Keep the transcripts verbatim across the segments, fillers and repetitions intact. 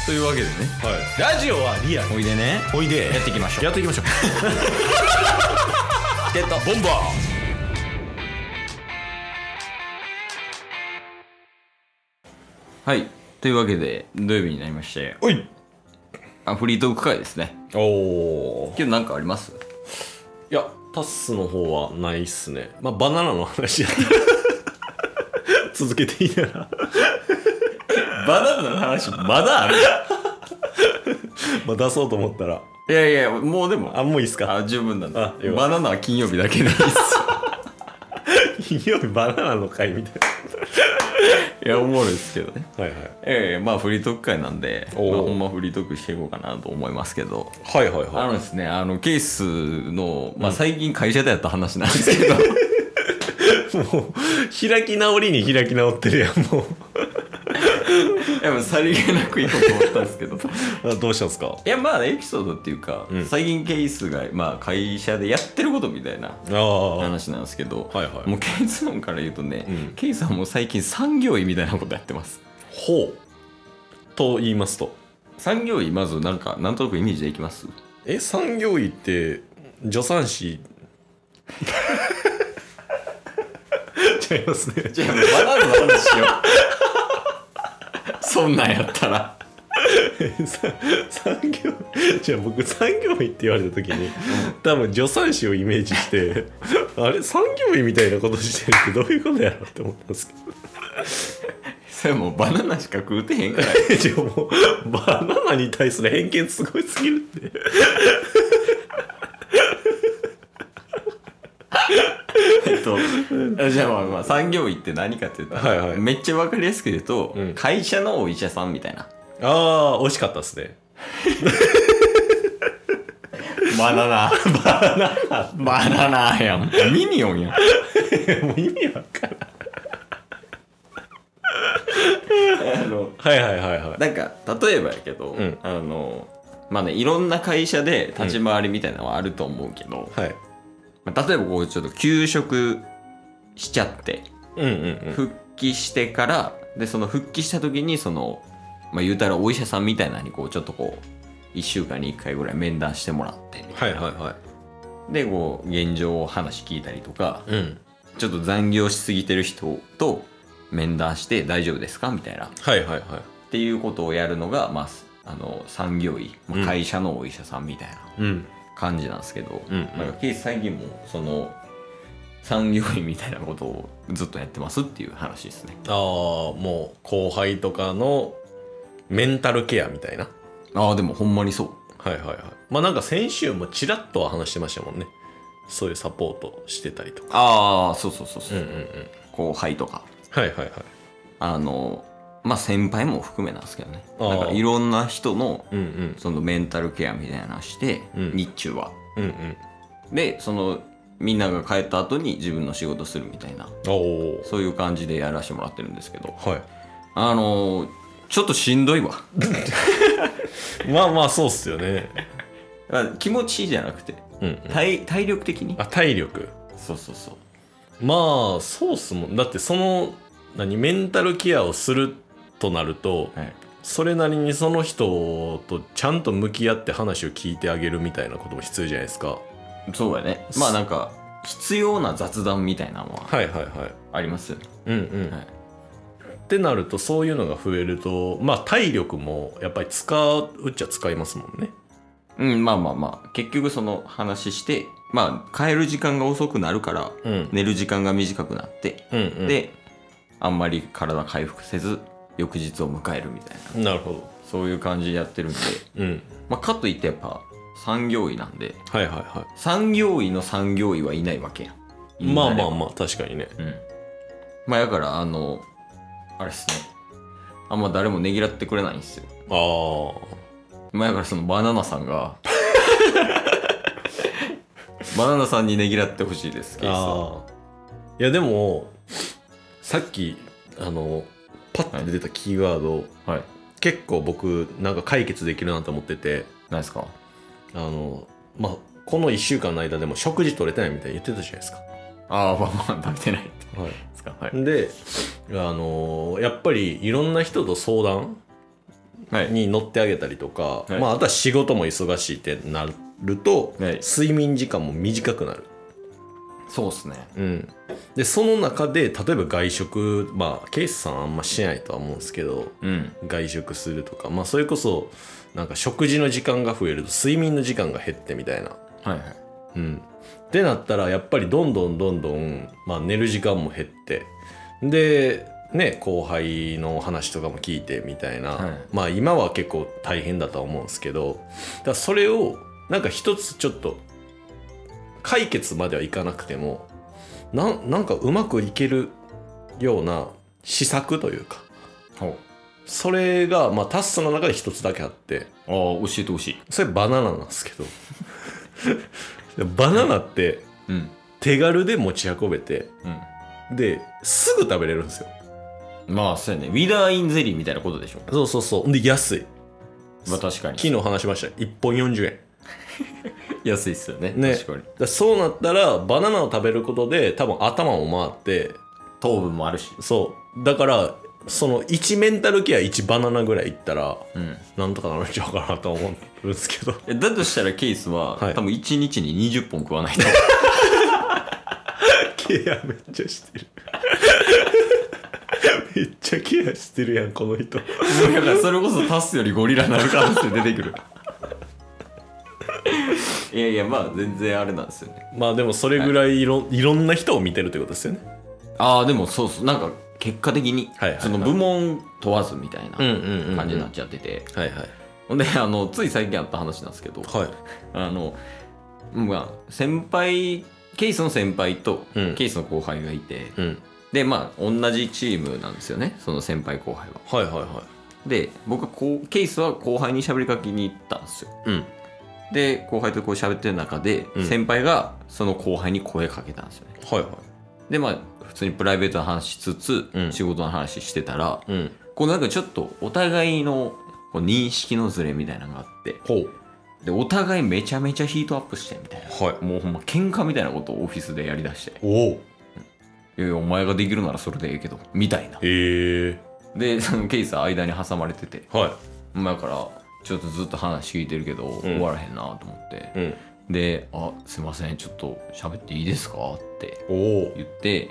というわけでね、 はい、ラジオはリアル。 おいでね、 おいでやっていきましょう。 やっていきましょうチケットボンバー。はい、というわけで土曜日になりまして、 おいあフリートーク会ですね。 おお。 今日何かあります？ いや、タッスの方はないっすね。まあバナナの話やったら続けていいならバナナの話まだある？ まあ出そうと思ったら。 いやいや、もうでもあ、もういいっすか？ あ、十分なんだ。 あ、 バナナは金曜日だけでいいっす。 金曜日バナナの会みたいいや、おもろいですけどね。 な。はいはい。 ええー、まあフリートーク会なんで、まあ、 おーほんまフリートークしていこうかなと思いますけど、 はいはいあのはですね、あのケースの、まあ、最近会社でやった話なんですけど、 い。もう開き直りに開き直ってるやんもう。 やっぱさりげなくいこうと思ったんですけどあ、どうしたんですか？ いや、まあエピソードっていうか、 うん、 最近ケースが、まあ、会社でやってることみたいなああ、 話なんですけど、 はいはい。 もう結論から言うとね、 うん、 ケースはもう最近産業医みたいなことやってます。 ほうと言いますと、 産業医、まずなんかなんとなくイメージでいきます？ え、産業医って助産師違いますね。 じゃあもうバナナの話しようそんなんやったら産業じゃあ僕産業医って言われた時に多分助産師をイメージしてあれ産業医みたいなことしてるってどういうことやろって思ったんですけどそれもうバナナしか食うてへんからじゃあもうバナナに対する偏見すごいすぎるってえっとじゃあまあまあ産業医って何かって言ったら、 はいはい、 めっちゃ分かりやすく言うと、うん、会社のお医者さんみたいな。 ああ、惜しかったですね。 バナナバナナバナナやん、ミニオンやんもう意味わからんあのはいはいはいはい。 なんか例えばやけど、うん、あのまあね、いろんな会社で立ち回りみたいなのはあると思うけど、うん、はい、まあ、例えばこうちょっと休職しちゃって、うんうんうん、復帰してからで、その復帰した時にその、まあ、言うたらお医者さんみたいなのにこうちょっとこういっしゅうかんにいっかいぐらい面談してもらって、 はいはいはい、 でこう現状を話聞いたりとか、うん、ちょっと残業しすぎてる人と面談して大丈夫ですかみたいな、 はいはいはい、 っていうことをやるのが、まあ、あの産業医、まあ、会社のお医者さんみたいな感じなんですけど、うん、なんかケース最近もその産業医みたいなことをずっとやってますっていう話ですね。 ああ、もう後輩とかのメンタルケアみたいな。 ああ、でもほんまにそう。 はいはいはい。まあなんか先週もちらっとは話してましたもんね。そういうサポートしてたりとか。 ああ、そうそうそうそう、うんうんうん、後輩とか、 はいはいはい、 あのまあ先輩も含めなんですけどね、なんかいろんな人の、うんうん、そのメンタルケアみたいなのして、うん、日中は、うんうん、でそのみんなが帰った後に自分の仕事するみたいな、おそういう感じでやらせてもらってるんですけど、はい、あのちょっとしんどいわまあまあそうっすよね気持ちいいじゃなくて、うんうん、体, 体力的に。 あ、体力。 そうそうそう。 まあそうっすもん。だってその何メンタルケアをするとなると、はい、それなりにその人とちゃんと向き合って話を聞いてあげるみたいなことも必要じゃないですか。 そうやね。まあなんか必要な雑談みたいなのははいはいはいありますよね。 うんうん、はい、ってなるとそういうのが増えると、まあ体力もやっぱり使うっちゃ使いますもんね。 うん、まあまあまあ結局その話してまあ帰る時間が遅くなるから、うん、寝る時間が短くなって、うんうん、であんまり体回復せず翌日を迎えるみたいな。 なるほど。 そういう感じでやってるんで、うん、まあかといってやっぱ産業医なんで、はいはいはい、産業医の産業医はいないわけやん。 まあまあまあ確かにね、うん、 まあだからあのあれっすね、あんま誰もねぎらってくれないんですよ。ああ、まあだからそのバナナさんがバナナさんにねぎらってほしいですケースは。 あ、いやでもさっきあのパッと出たキーワード、はい、結構僕なんか解決できるなと思ってて。 何ですか？ あのまあこのいっしゅうかんの間でも食事取れてないみたいに言ってたじゃないですか。 ああ、まあまあ食べてないって、はい、ですか、はい、 で、あのやっぱりいろんな人と相談に乗ってあげたりとか、はい、まあ、あとは仕事も忙しいってなると、はい、睡眠時間も短くなる。 そうっすね、 うん、でその中で例えば外食、まあケイスさんあんましないとは思うんですけど、うん、外食するとか、まあ、それこそなんか食事の時間が増えると睡眠の時間が減ってみたいな、はいはい、うん、ってなったらやっぱりどんどんどんどん、まあ、寝る時間も減ってでね後輩の話とかも聞いてみたいな、はい、まあ今は結構大変だとは思うんですけど、だからそれをなんか一つちょっと解決まではいかなくても な, なんかうまくいけるような施策というか、それがまあタッスの中で一つだけあって、 ああ教えてほしい。 それバナナなんですけどバナナって手軽で持ち運べて、うん、ですぐ食べれるんですよ。 まあそうやね、ウィダーインゼリーみたいなことでしょ。 そうそうそう。で安い。 まあ確かに昨日話しましたいっぽんよんじゅうえん安いっすよ ね, ね。 確かに。 だそうなったらバナナを食べることで多分頭も回って糖分もあるし、 そうだからそのいちメンタルケアいちバナナぐらいいったら、うん、なんとかなるんちゃうかなと思うんですけどだとしたらケースは、はい、多分いちにちににじゅっぽん食わないとケアめっちゃしてるめっちゃケアしてるやんこの人。だからそれこそタスよりゴリラになる可能性出てくるいやいやまあ全然あれなんですよね。 まあでもそれぐらいい ろ,、はい、いろんな人を見てるってことですよね。 ああでもそうそう、なんか結果的に、はいはいはい、その部門問わずみたいな感じになっちゃってて、ほんであのつい最近あった話なんですけど、はい、あのまあ先輩ケースの先輩とケースの後輩がいて、うん、でまあ同じチームなんですよね、その先輩後輩は。はいはいはい。で僕はこうケースは後輩に喋りかけに行ったんですよ。うん、で後輩とこう喋ってる中で、うん、先輩がその後輩に声かけたんですよね。はいはい。でまあ普通にプライベートの話しつつ、うん、仕事の話してたら、うん、こうなんかちょっとお互いのこう認識のズレみたいなのがあって、ほうでお互いめちゃめちゃヒートアップしてみたいな、はい、もうほんま喧嘩みたいなことをオフィスでやりだして、おお、いやいやお前ができるならそれでええけどみたいな。へえ。でそのケースは間に挟まれてて、はい、だからちょっとずっと話聞いてるけど、うん、終わらへんなと思って、うんで、あ、すいません、ちょっと喋っていいですかって言って、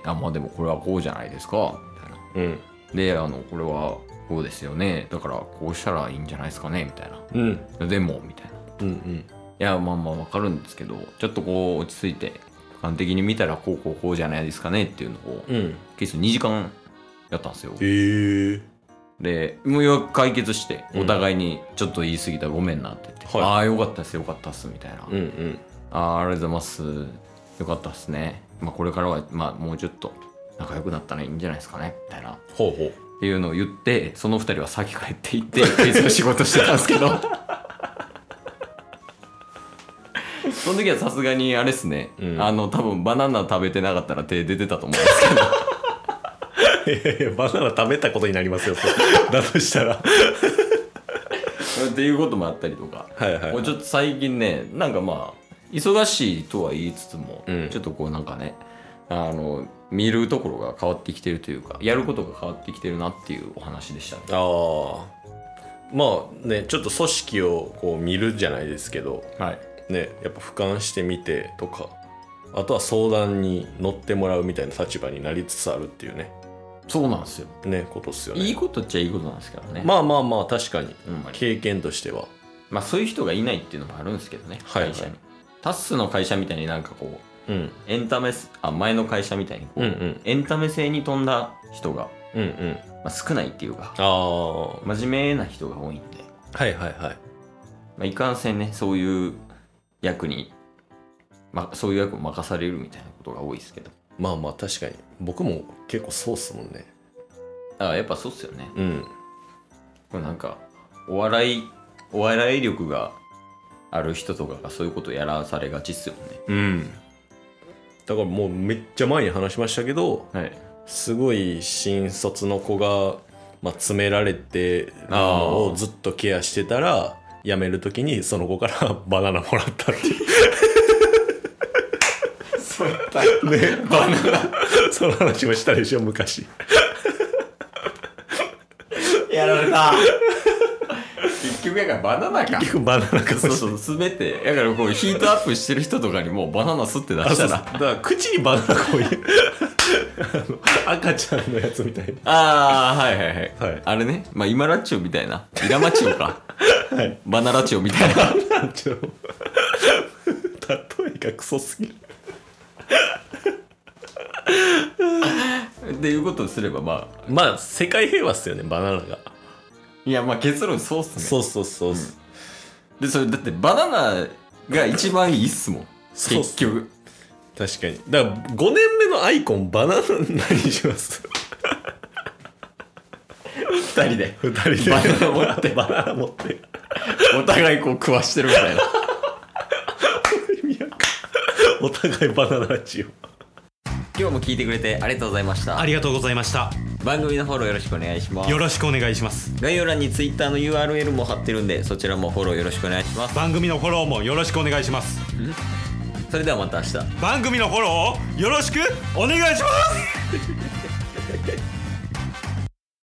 あ、まあでもこれはこうじゃないですかみたいな、うん、で、あのこれはこうですよね、だからこうしたらいいんじゃないですかねみたいな、うん、でもみたいな、うんうん、いやまあまあわかるんですけど、ちょっとこう落ち着いて俯瞰的に見たらこうこうこうじゃないですかねっていうのを、うん、ケースにじかんやったんですよ。へー。でもうよく解決してお互いにちょっと言い過ぎたらごめんなって言って、うん、ああよかったっすよかったっすみたいな、うんうん、ああありがとうございますよかったっすね、まあ、これからはまあもうちょっと仲良くなったらいいんじゃないですかねみたいなほうほうっていうのを言って、そのふたりは先帰っていって別の仕事してたんですけどその時はさすがにあれっすね、うん、あの多分バナナ食べてなかったら手出てたと思うんですけどいやいやバナナ食べたことになりますよだとしたらっていうこともあったりとか、はいはいはい、もうちょっと最近ねなんかまあ忙しいとは言いつつも、うん、ちょっとこうなんかねあの見るところが変わってきてるというかやることが変わってきてるなっていうお話でしたね。 ああまあねちょっと組織をこう見るじゃないですけど、はいね、やっぱ俯瞰してみてとかあとは相談に乗ってもらうみたいな立場になりつつあるっていうね。 そうなんですよね、ことっすよね。 いいことっちゃいいことなんですけどね。 まあまあまあ確かに、うん、経験としてはまあそういう人がいないっていうのもあるんですけどね、はいはい、会社にタスの会社みたいになんかこう、うん、エンタメあ前の会社みたいにこう、うんうん、エンタメ性に富んだ人が、うんうんまあ、少ないっていうかあ真面目な人が多いんではいはいはい、 まあ、いかんせんねそういう役に、まあ、そういう役を任されるみたいなことが多いですけどまあまあ確かに僕も結構そうっすもんね。 ああやっぱそうっすよね。うんこれなんかお笑いお笑い力がある人とかがそういうことやらされがちっすよね。うんだからもうめっちゃ前に話しましたけど、はい、すごい新卒の子が、まあ、詰められてるのをずっとケアしてたら辞めるときにその子からバナナもらったっていうそうだねバナナその話もしたでしょ昔やられた結局やからバナナか。 結局バナナかもしれない。 そうそう、全て。だからこうヒートアップしてる人とかにもうバナナ吸って出したら。 だから口にバナナこういう赤ちゃんのやつみたいな。 ああ、はいはいはい。 はい、 あれね。まあ今ラッチョみたいな。イラマチョか。はい。バナラチョみたいな。バナラチョ。 例えがクソすぎる。 っていうことをすればまあまあ世界平和っすよね、バナナが。 いやまあ結論そうっすね。 そうそうそう、うん、 でそれだってバナナが一番いいっすもん結局。 確かに。だからごねんめのアイコンバナナにします。 ふたりでふたりでバナナ持ってバナナ持ってお互いこう食わしてるみたいな。 お互いバナナラジオ。 今日も聞いてくれてありがとうございました。 ありがとうございました。 番組のフォローよろしくお願いします。 よろしくお願いします。 概要欄に Twitter の ユーアールエル も貼ってるんで、そちらもフォローよろしくお願いします。 番組のフォローもよろしくお願いします。 それではまた明日。 番組のフォローをよろしくお願いします。